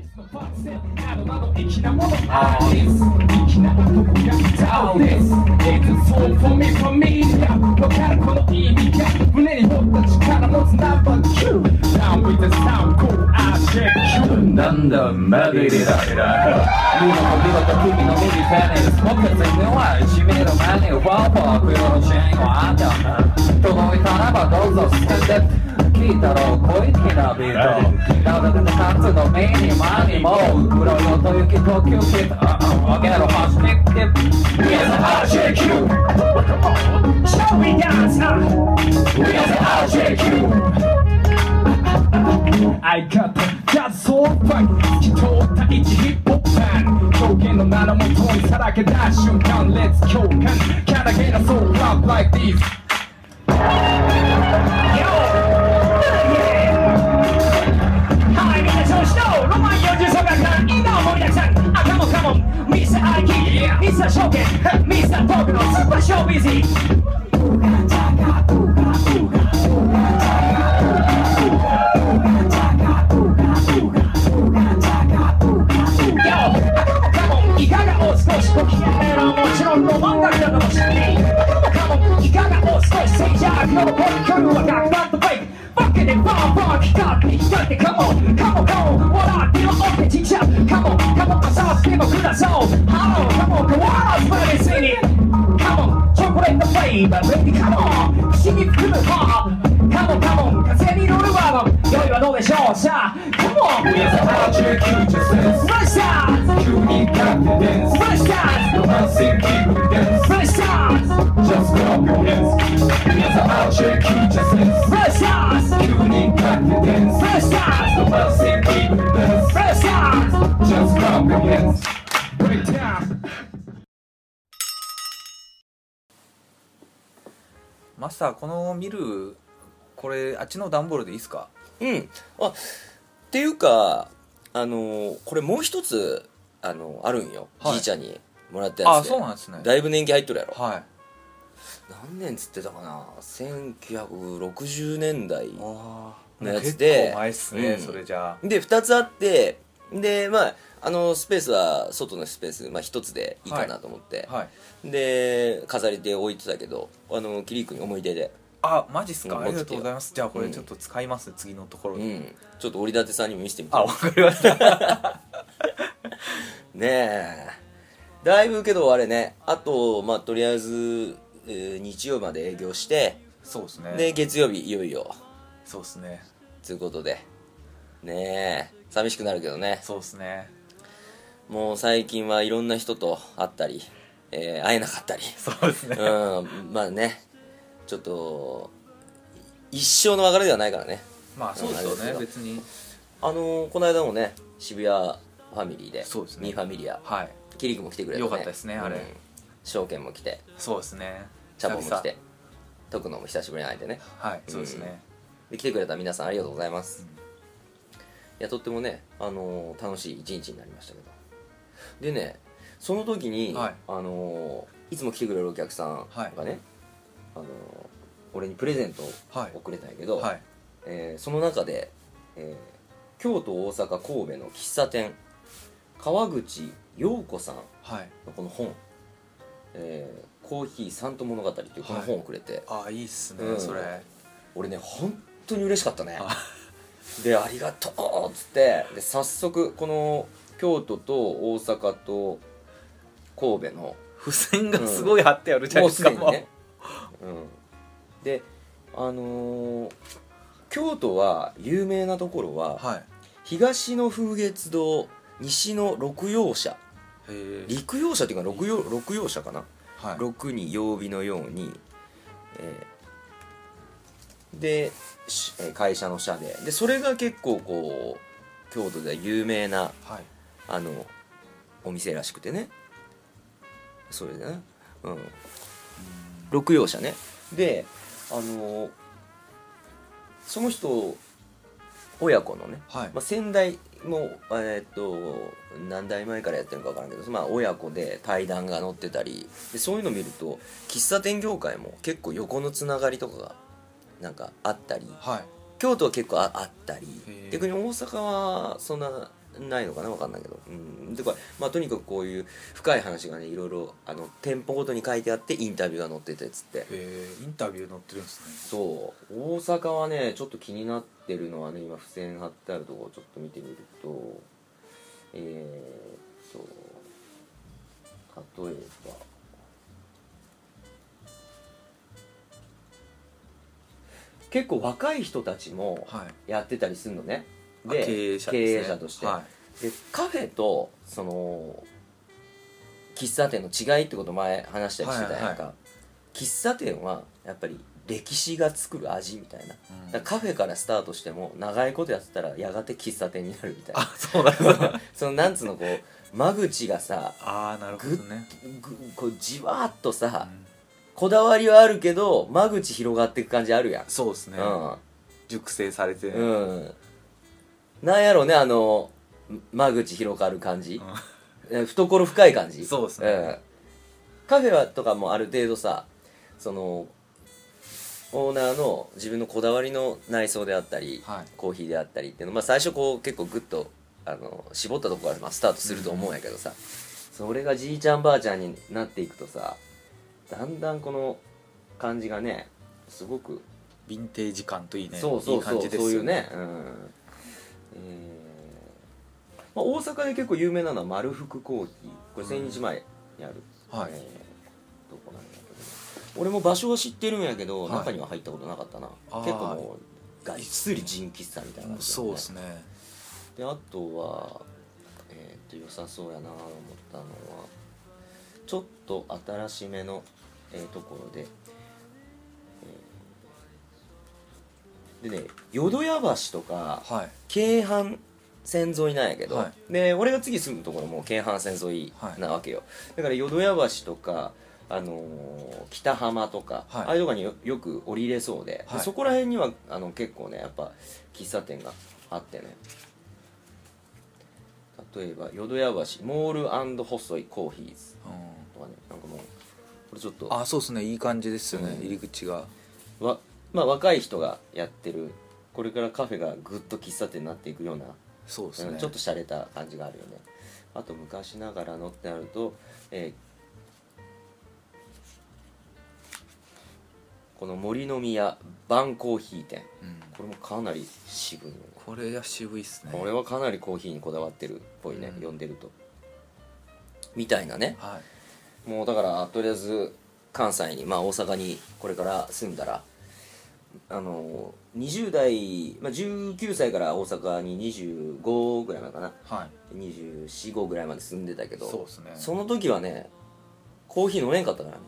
粋なものアーティス粋な男が歌うです。It's all for me familia わかるこの意味が胸に持った力持つナンバー9 Down with the sound cool I check you なんだマデリラリラ見事君のミリフェネス僕たちのはしめる前にワーパー不要のチェーンをあんた届いたらばどうぞステップ聞いたろ小粋なビートなだけでカツの目にマにもうろよと雪とキューピットあげろ走ってきて Here's the RJQ Show me dance now Here's the RJQ I got the jazz soul funk 透き通った一ヒップホップファン表現の名のもとにさらけ出す瞬間 Let's 共感 Can I get a soul rap like this Mr. Ike, Mr. Shogun, Mr. Tokyo, Super Show Busy. Come on, いかがを少しご機嫌なもちろんロマンが来るかもしれない。Come on, いかがを少し静寂の残り距離はガッとブレイク。バッケでバーバー光って光って Come on, come on, come on 笑ってのオッケーちっちゃ Come on, come on 朝ってもくださう Hello, come on, come on スパイスに Come on, チョコレートフレーバー Baby, come on 口に含むハー Come on, come on 風に乗るワゴン酔いはどうでしょうさあ Come on Here's a RJQ just says First time 急にconfidence First time Romancing evidence First time Just grab your hands Here's a RJQ just says First time Tuning confidence First time Romancing evidence First time Just grab your hands Break down マスターこのミルこれあっちの段ボールでいいっすか？ うんあっていうかこれもう一つあるんよ、はい、じいちゃんにもらったやつで。 あそうなんですね。 だいぶ年季入っとるやろ。 はい何年つってたかな1960年代のやつ結で構前っすね、それじゃあで2つあってでまあスペースは外のスペース、まあ、1つでいいかなと思って、 はい、 で飾りで置いてたけどキリー君に思い出であマジっすか、ありがとうございます。じゃあこれちょっと使います、次のところで、 ちょっと折り立てさんにも見せてみて。 あわかりましたねえだいぶけどあれねあとまあとりあえず、日曜まで営業してそうですねで月曜日いよいよそうですねということでねえ寂しくなるけどね。 そうですねもう最近はいろんな人と会ったり、会えなかったりそうですねまあねちょっと一生の別れではないからね。 まあそうですよね別にこの間もね渋谷ファミリーでそうですねミーファミリアはいキリ君も来てくれてねよかったですねあれ、 証券も来てそうですねチャボも来て徳野も久しぶりに会えてね。 はいそうですね、 で来てくれた皆さんありがとうございます、いやとってもね、楽しい一日になりましたけどでねその時に、いつも来てくれるお客さんがね、俺にプレゼントをくれたんやけど、その中で、京都大阪神戸の喫茶店川口陽子さんのこの本、コーヒーサント物語っていうこの本をくれて、 ああいいっすね、それ俺ね本当に嬉しかったねでありがとうっつってで早速この京都と大阪と神戸の付箋がすごい貼ってあるじゃないですか、 もうすでにね、で京都は有名なところは、東の風月堂西の六葉社陸葉社っていうか六葉社かな、六に曜日のように、で会社の社でそれが結構こう京都では有名な、お店らしくてねそれでね六葉社ねでその人親子のね、先代も何代前からやってるのか分からんけど、親子で対談が載ってたりでそういうの見ると喫茶店業界も結構横のつながりとかがなんかあったり、京都は結構あったり逆に大阪はそんなないのかな、分かんないけど、でこれ、まあ、とにかくこういう深い話がねいろいろ店舗ごとに書いてあってインタビューが載ってたやつって。 インタビュー載ってるんですね。 そう大阪はねちょっと気になってるのはね、今付箋貼ってあるところちょっと見てみると例えば結構若い人たちもやってたりするのね、で経営者ですね、 経営者として、でカフェとその喫茶店の違いってこと前話したりしてたやんか、喫茶店はやっぱり歴史が作る味みたいな、だからカフェからスタートしても長いことやってたらやがて喫茶店になるみたいな。 そうなんだそのなんつうのこう間口がさなるほどね、 こうじわーっとさ、こだわりはあるけど間口広がっていく感じあるやん。 そうですね、熟成されてね、 なんやろうね間口広がる感じ、懐深い感じ。 そうですね、 カフェはとかもある程度さそのオーナーの自分のこだわりの内装であったり、コーヒーであったりっていうの、まあ、最初こう結構グッと絞ったところからスタートすると思うんやけどさ、それがじいちゃんばあちゃんになっていくとさだんだんこの感じがねすごくヴィンテージ感といいね、 そうそうそう、 いい感じですよね、 そういうね、まあ、大阪で結構有名なのは丸福コーヒー、これ千日前にある、どこなんだけど、俺も場所は知ってるんやけど、中には入ったことなかったな。結構もうがっつりジン喫茶みたいな感じだね。 そうですね。 であとは良さそうやなと思ったのはちょっと新しめの、ところで、でね淀屋橋とか、京阪線沿いなんやけど、で俺が次住むところも京阪線沿いなわけよ、だから淀屋橋とか北浜とか、ああいうとこに よく降りれそうで、でそこら辺には結構ねやっぱ喫茶店があってね、例えば淀屋橋モール&細いコーヒーズとかね、なんかもうこれちょっとそうですね、いい感じですよね、入り口がまあ若い人がやってる、これからカフェがぐっと喫茶店になっていくような、 そうですね、 ちょっと洒落た感じがあるよね。あと昔ながらのってなると、この森の宮バンコーヒー店、これもかなり渋いよね。 これは渋いっすね。 これはかなりコーヒーにこだわってるっぽいね、読んでるとみたいなね、もうだからとりあえず関西に、まあ大阪にこれから住んだら20代、まあ、19歳から大阪に25ぐらいまでかな、24、5ぐらいまで住んでたけど、 そうですね、 その時はねコーヒー飲めんかったからね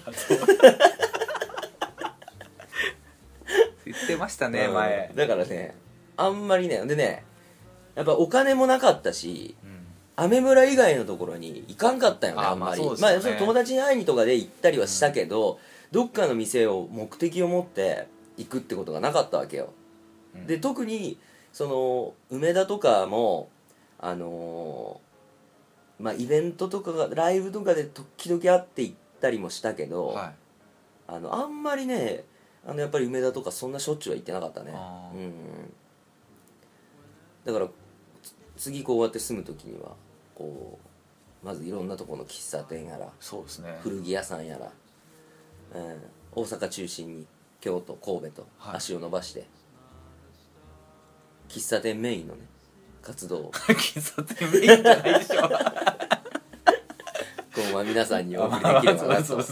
言ってましたね、前。 だからねあんまりね、でねやっぱお金もなかったし、アメ村以外のところに行かんかったよね、あんまり。まあその友達に会いにとかで行ったりはしたけど、どっかの店を目的を持って行くってことがなかったわけよ、で特にその梅田とかもまあイベントとかがライブとかで時々会って行ったりもしたけど、あんまりねやっぱり梅田とかそんなしょっちゅうは行ってなかったね。だから次こうやって住む時にはこうまずいろんなところの喫茶店やら、 そうですね、 古着屋さんやら、大阪中心に京都神戸と足を伸ばして、喫茶店メインのね活動を喫茶店メインじゃないでしょ今後は皆さんにお送りできればなと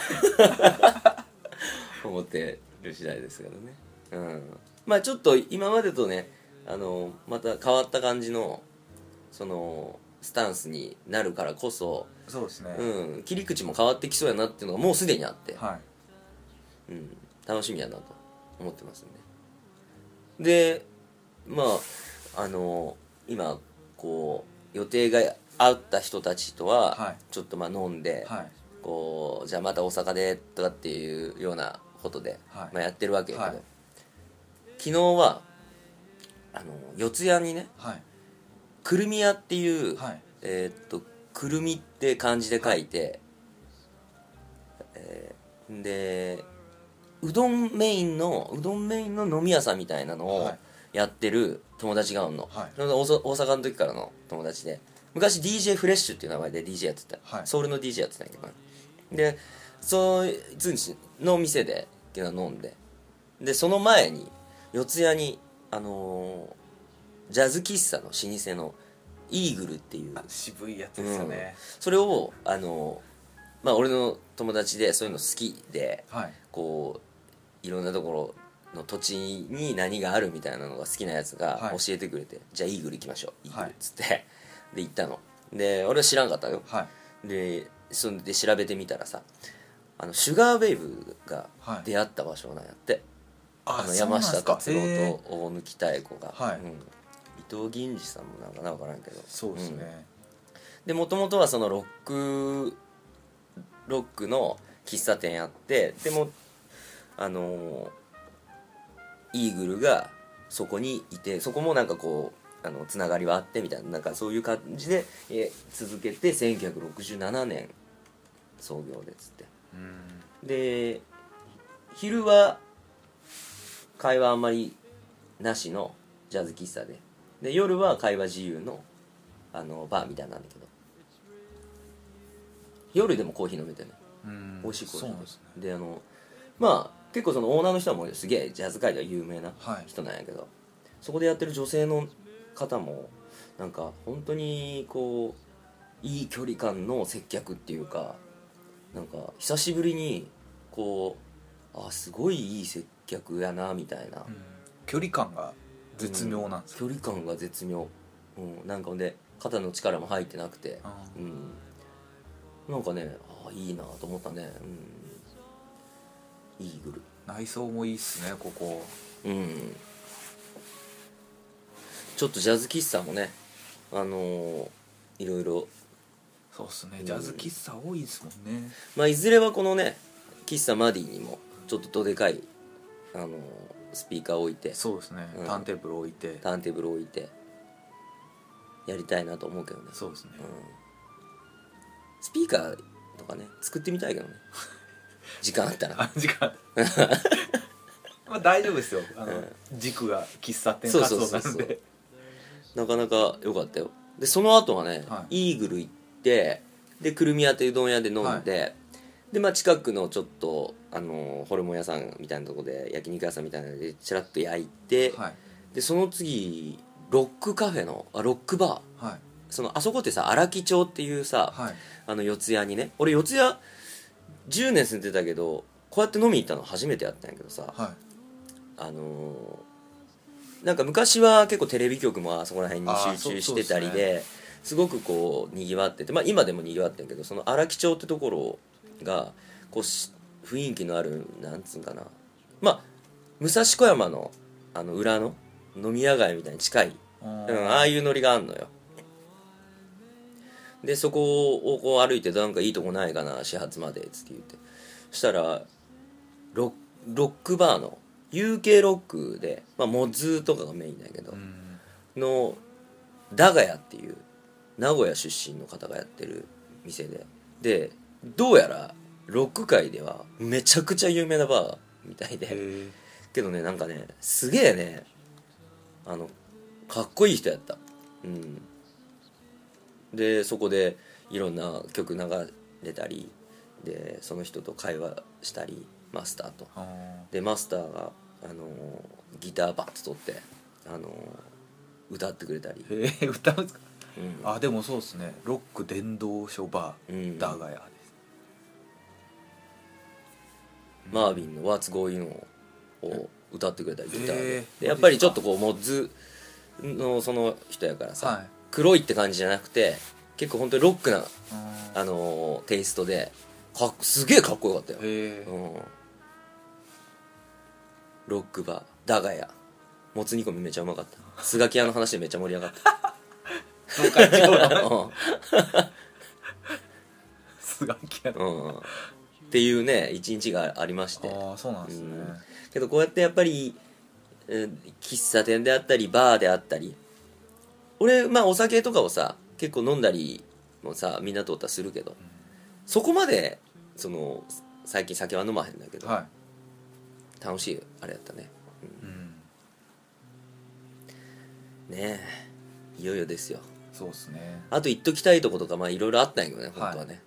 思ってる次第ですけどね、まあちょっと今までとねまた変わった感じのそのスタンスになるからこそ、 そうですね、 切り口も変わってきそうやなっていうのがもうすでにあって、楽しみやなと思ってますんで、でまあ今こう予定があった人たちとはちょっとまあ飲んで、こうじゃあまた大阪でとかっていうようなことで、まあ、やってるわけやけど、昨日は四谷にね、くるみ屋っていう、くるみって漢字で書いて、でうどんメインの飲み屋さんみたいなのをやってる友達がおんの、 はい、 大阪の時からの友達で、昔 DJ フレッシュっていう名前で DJ やってた、 はい、 ソウルの DJ やってたんやけど、でそいつんちの店で飲んで、でその前に四谷にジャズ喫茶の老舗のイーグルっていう渋いやつですよね、 それをまあ俺の友達でそういうの好きで、 はい、 こういろんなところの土地に何があるみたいなのが好きなやつが教えてくれて、はい、じゃあイーグル行きましょう、イーグルっつって、はい、で行ったので、俺は知らんかったよ、はい、でそんで調べてみたらさ、シュガーベイブが出会った場所なんやって、はい、山下達郎と大貫妙子が、はい、伊藤銀次さんもなんかな分からんけど、 そうですね、 でもともとはそのロックの喫茶店やって、でもイーグルがそこにいて、そこもなんかこうつながりはあってみたいな、なんかそういう感じで、続けて1967年創業でっつって、で昼は会話あんまりなしのジャズ喫茶で夜は会話自由のバーみたいなんだけど、夜でもコーヒー飲めてね、美味しいコーヒー。そうなんですね。でまあ結構そのオーナーの人はもうすげえジャズ界では有名な人なんやけど、はい、そこでやってる女性の方もなんか本当にこういい距離感の接客っていうか、なんか久しぶりにこうすごいいい接客やなみたいな、 距離感が絶妙なんですか、距離感が絶妙、なんかで肩の力も入ってなくて、なんかねいいなと思ったね、イーグル内装もいいっすねここ。 ちょっとジャズ喫茶もねいろいろ、 そうっすね、ジャズ喫茶多いですもんね。 まあいずれはこのね喫茶マディにもちょっとどでかいスピーカー置いて、 そうですね、ターンテーブル置いてやりたいなと思うけどね。 そうですね、 スピーカーとかね作ってみたいけどね時間あったら時間まあ大丈夫ですよ、軸が喫茶店活動なんで。 なかなか良かったよ。でその後はね、イーグル行って、でくるみ屋ってうどん屋で飲んで、でまあ近くのちょっとホルモン屋さんみたいなとこで焼肉屋さんみたいなのでチラッと焼いて、でその次ロックカフェのロックバー、あそこってさ荒木町っていうさ、四谷にね、俺四谷10年住んでたけどこうやって飲みに行ったの初めてやったんやけどさ、なんか昔は結構テレビ局もあそこら辺に集中してたりですごくこうにぎわってて、まあ今でもにぎわってんけど、その荒木町ってところがこう雰囲気のある、なんつうんかな、まあ武蔵小山の裏の飲み屋街みたいに近い、ああいうノリがあんのよ。でそこをこう歩いて、なんかいいとこないかな始発までっつって言って、そしたらロックバーの UK ロックで、まあ、モズとかがメインだけどのダガヤっていう名古屋出身の方がやってる店で、どうやらロック界ではめちゃくちゃ有名なバーみたいで、けどねなんかねすげえねかっこいい人やった。でそこでいろんな曲流れたりで、その人と会話したり、マスターとでマスターがギターバッと取って歌ってくれたり。 歌うんですか？でもそうですね、ロック伝道所バー、ダガヤです。 マービンの What's Going On を歌ってくれたりギターで、やっぱりちょっとこうモッズのその人やからさ、黒いって感じじゃなくて結構本当にロックなテイストですげえかっこよかったよ。ロックバーダガヤ、もつ煮込みめっちゃうまかった。スガキ屋の話でめっちゃ盛り上がったそうか、違うのスガキ屋っていうね一日がありまして。 そうなんですね。 けどこうやってやっぱり、喫茶店であったりバーであったり、俺まあお酒とかをさ結構飲んだりもさみんなとおったらするけど、そこまで最近酒は飲まへんだけど、楽しいあれやったね。 ねえいよいよですよ。 そうですね。 あと言っときたいとことかまあいろいろあったんやけどね本当はね、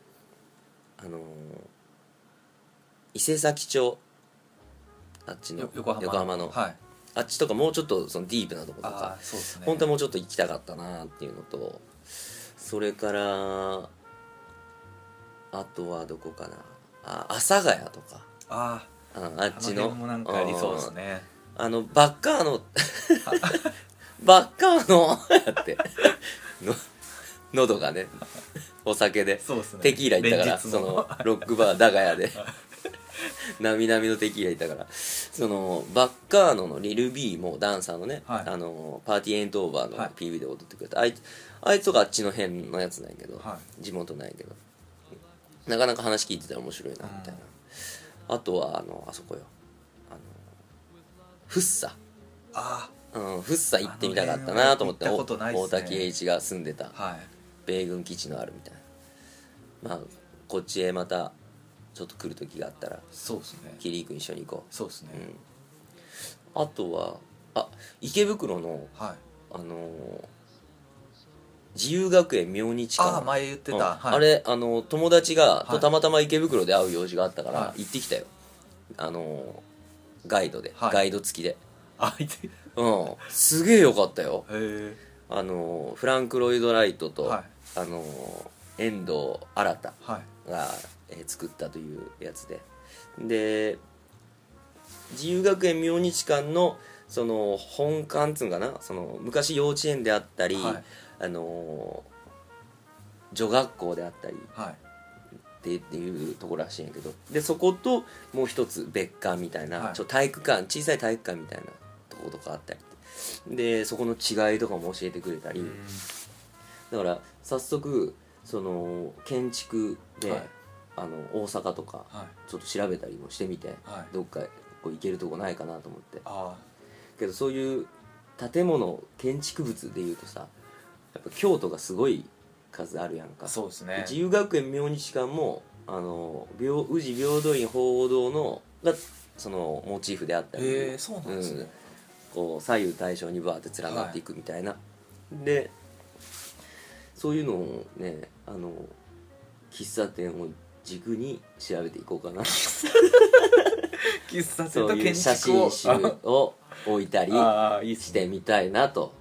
伊勢崎町あっちの横浜の、 はい、 あっちとかもうちょっとそのディープなとことか、 そうですね、 本当はもうちょっと行きたかったなっていうのと、それからあとはどこかな、阿佐ヶ谷とか、あっちのもなんかありそうですね。 バッカーのバッカーのやって喉がねお酒で、 そうですね、 テキーラ行ったからそのロックバーダガヤでなみなみのテキーラ行ったから、そのバッカーノのリル B もダンサーのね、 はい、 パーティーエントオーバーのはい PV で踊ってくれた、あいつとかあっちの辺のやつなんやけど、 はい、 地元なんやけどなかなか話聞いてたら面白いなみたいな、あとはあそこよフッサ、フッサ行ってみたかったなと思って、大滝栄一が住んでた、 はい、 米軍基地のあるみたいな、まあこっちへまたちょっと来る時があったら、 そうですね、 キリー君一緒に行こう。 そうですね、 あとは池袋の、 はい、 自由学園明日館、 前言ってた、 あれ友達がとたまたま池袋で会う用事があったから行ってきたよ、ガイドで、ガイド付きで、すげえよかったよ。 へフランク・ロイド・ライトと、遠藤新が、作ったというやつで、自由学園明日館のその本館っつうのかな、その昔幼稚園であったり、女学校であったり、っていうところらしいんやけど、でそこともう一つ別館みたいな、体育館、小さい体育館みたいなところとかあったりで、そこの違いとかも教えてくれたり、だから早速その建築で、大阪とかちょっと調べたりもしてみて、どっかこう行けるとこないかなと思って、けどそういう建物建築物でいうとさ、やっぱ京都がすごい数あるやんか。 そうですね。 自由学園明日館も宇治平等院鳳凰堂のがそのモチーフであったり、 そうなんですね、 こう左右対称にバーって連なっていくみたいな、でそういうのをね喫茶店を軸に調べていこうかな喫茶店とそういう建写築を真集を置いたりしてみたいなと。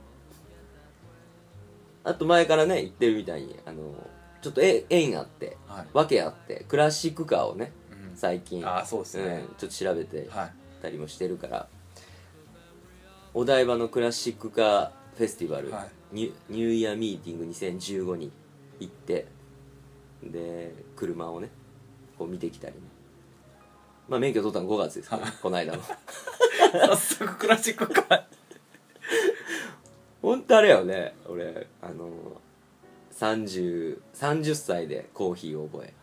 あと前からね言ってるみたいにちょっと縁あって、訳あってクラシックカーをね、最近そうですね、 ちょっと調べてたりもしてるから、お台場のクラシックカーフェスティバル、ニューイヤーミーティング2015に行って、で車をねこう見てきたりね、まあ免許取ったの5月ですけど、この間の早速クラシックカー本当あれよね、俺30歳でコーヒーを覚え、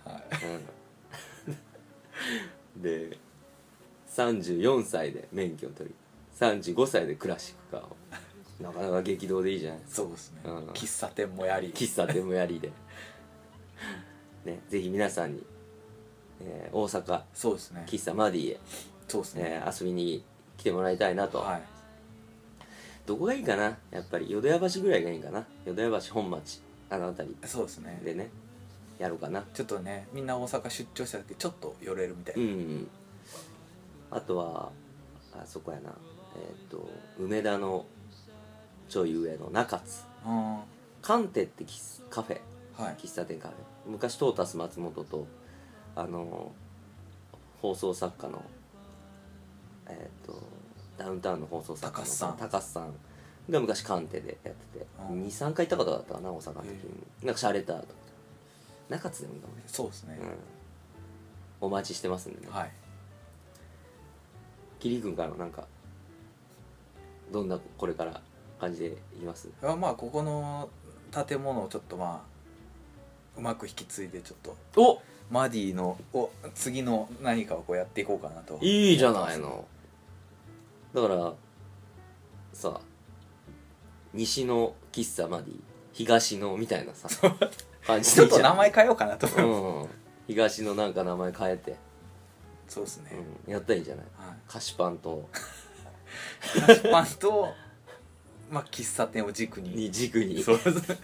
で34歳で免許を取り、35歳でクラシックカーを、なかなか激動でいいじゃないですか。 そうですね、喫茶店もやりでね、ぜひ皆さんに、大阪、 そうですね、 喫茶マディへ、 そうですね、 遊びに来てもらいたいなと、どこがいいかな、やっぱり淀屋橋ぐらいがいいかな、淀屋橋本町あの辺り、 そうですね、 でねやろうかな。 ちょっとね、みんな大阪出張した時ちょっと寄れるみたいな、 あとはそこやな、梅田のちょい上の中津カンテってカフェ、喫茶店カフェ、昔トータス松本と放送作家のダウンタウンの放送作家の高須さんが昔カンテでやってて、23回行ったことだったかな、大阪の時に。なんかシャレたと中津でもいいかもね。 そうですね、 お待ちしてますんでね。キリ君からなんかどんなこれから感じでいきます？ まあここの建物をちょっとまあうまく引き継いで、ちょっとマディの次の何かをこうやっていこうかなと。 いいじゃないの。だからさ、西の喫茶マディ、東のみたいなさ感じでいいじゃん。 ちょっと名前変えようかなと、 東のなんか名前変えて、 そうですね、 やったらいいんじゃない、菓子パンと菓子パンとまあ喫茶店を軸に軸にそう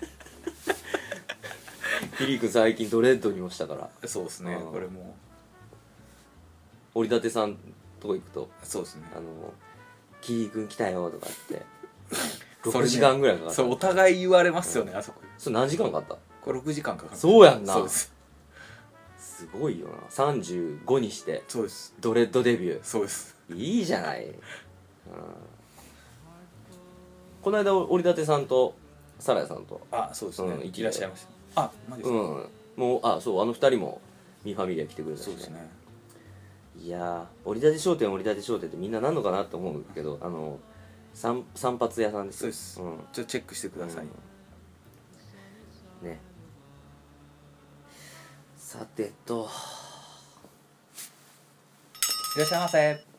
キリ君最近ドレッドにもしたからそうですね、これも折り立てさんとこ行くとそうですねキリ君来たよとかってそれね 6時間ぐらいかかった。 そうお互い言われますよね、あそこそれ何時間かかった？ これ6時間かかる。 そうやんな。 そうです、 すごいよな。35にしてそうです、 ドレッドデビュそうです。 ーいいじゃない、この間折り立てさんとサラヤさんとあそうですね、いらっしゃいました。あマジですか。 もうそうあの二人もミーファミリア来てくれたし、 そうですね。 いや折り立て商店ってみんななんのかなって思うけど散髪屋さんですよ。 そうです、ちょっとチェックしてください、 ね。さてといらっしゃいませ。